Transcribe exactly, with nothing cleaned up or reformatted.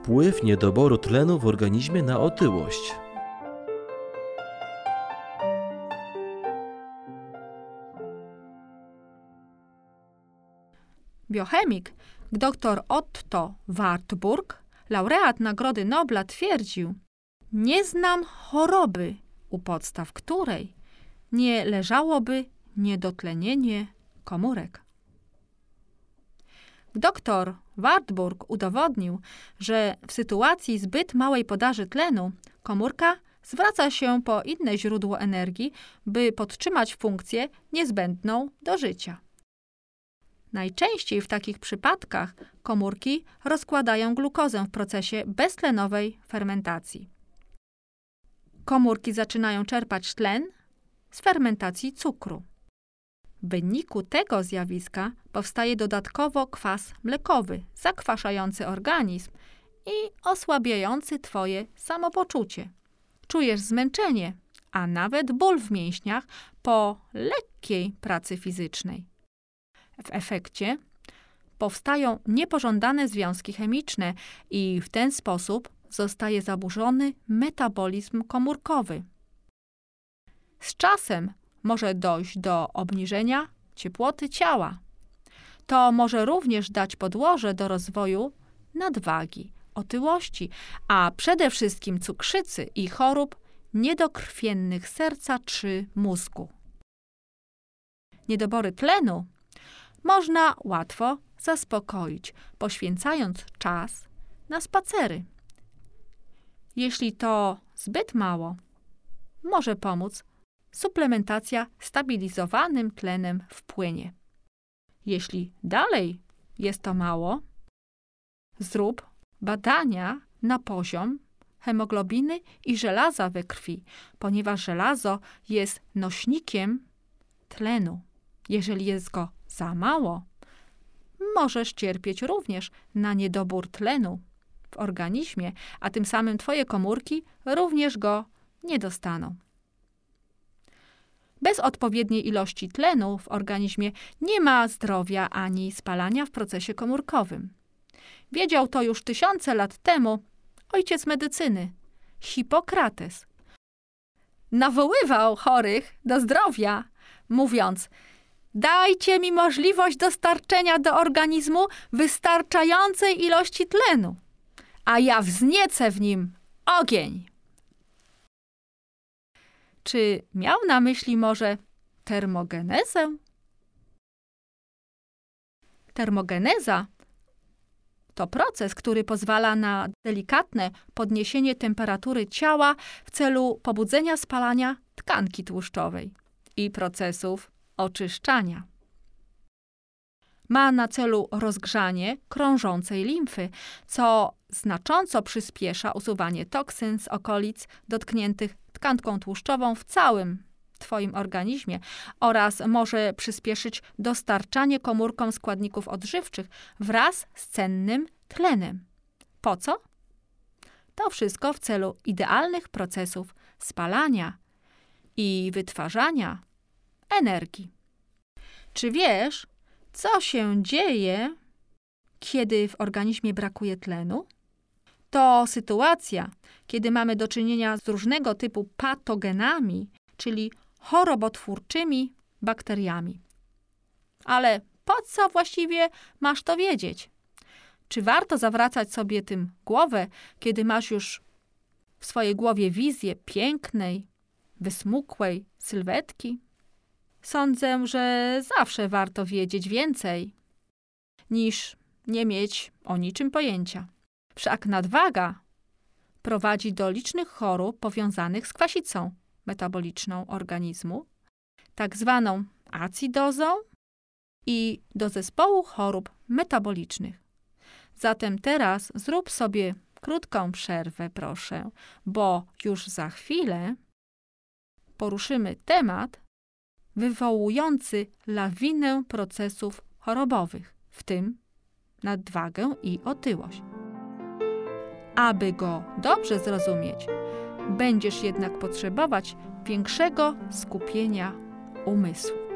wpływ niedoboru tlenu w organizmie na otyłość? Biochemik dr Otto Warburg, laureat Nagrody Nobla, twierdził: nie znam choroby, u podstaw której nie leżałoby niedotlenienie komórek. Dr Warburg udowodnił, że w sytuacji zbyt małej podaży tlenu komórka zwraca się po inne źródło energii, by podtrzymać funkcję niezbędną do życia. Najczęściej w takich przypadkach komórki rozkładają glukozę w procesie beztlenowej fermentacji. Komórki zaczynają czerpać tlen z fermentacji cukru. W wyniku tego zjawiska powstaje dodatkowo kwas mlekowy, zakwaszający organizm i osłabiający Twoje samopoczucie. Czujesz zmęczenie, a nawet ból w mięśniach po lekkiej pracy fizycznej. W efekcie powstają niepożądane związki chemiczne i w ten sposób zostaje zaburzony metabolizm komórkowy. Z czasem może dojść do obniżenia ciepłoty ciała. To może również dać podłoże do rozwoju nadwagi, otyłości, a przede wszystkim cukrzycy i chorób niedokrwiennych serca czy mózgu. Niedobory tlenu można łatwo zaspokoić, poświęcając czas na spacery. Jeśli to zbyt mało, może pomóc suplementacja stabilizowanym tlenem w płynie. Jeśli dalej jest to mało, zrób badania na poziom hemoglobiny i żelaza we krwi, ponieważ żelazo jest nośnikiem tlenu. Jeżeli jest go za mało, możesz cierpieć również na niedobór tlenu w organizmie, a tym samym Twoje komórki również go nie dostaną. Bez odpowiedniej ilości tlenu w organizmie nie ma zdrowia ani spalania w procesie komórkowym. Wiedział to już tysiące lat temu ojciec medycyny, Hipokrates. Nawoływał chorych do zdrowia, mówiąc: dajcie mi możliwość dostarczenia do organizmu wystarczającej ilości tlenu, a ja wzniecę w nim ogień. Czy miał na myśli może termogenezę? Termogeneza to proces, który pozwala na delikatne podniesienie temperatury ciała w celu pobudzenia spalania tkanki tłuszczowej i procesów oczyszczania. Ma na celu rozgrzanie krążącej limfy, co znacząco przyspiesza usuwanie toksyn z okolic dotkniętych tkanką tłuszczową w całym Twoim organizmie oraz może przyspieszyć dostarczanie komórkom składników odżywczych wraz z cennym tlenem. Po co? To wszystko w celu idealnych procesów spalania i wytwarzania energii. Czy wiesz, co się dzieje, kiedy w organizmie brakuje tlenu? To sytuacja, kiedy mamy do czynienia z różnego typu patogenami, czyli chorobotwórczymi bakteriami. Ale po co właściwie masz to wiedzieć? Czy warto zawracać sobie tym głowę, kiedy masz już w swojej głowie wizję pięknej, wysmukłej sylwetki? Sądzę, że zawsze warto wiedzieć więcej, niż nie mieć o niczym pojęcia. Wszak nadwaga prowadzi do licznych chorób powiązanych z kwasicą metaboliczną organizmu, tak zwaną acidozą i do zespołu chorób metabolicznych. Zatem teraz zrób sobie krótką przerwę, proszę, bo już za chwilę poruszymy temat wywołujący lawinę procesów chorobowych, w tym nadwagę i otyłość. Aby go dobrze zrozumieć, będziesz jednak potrzebować większego skupienia umysłu.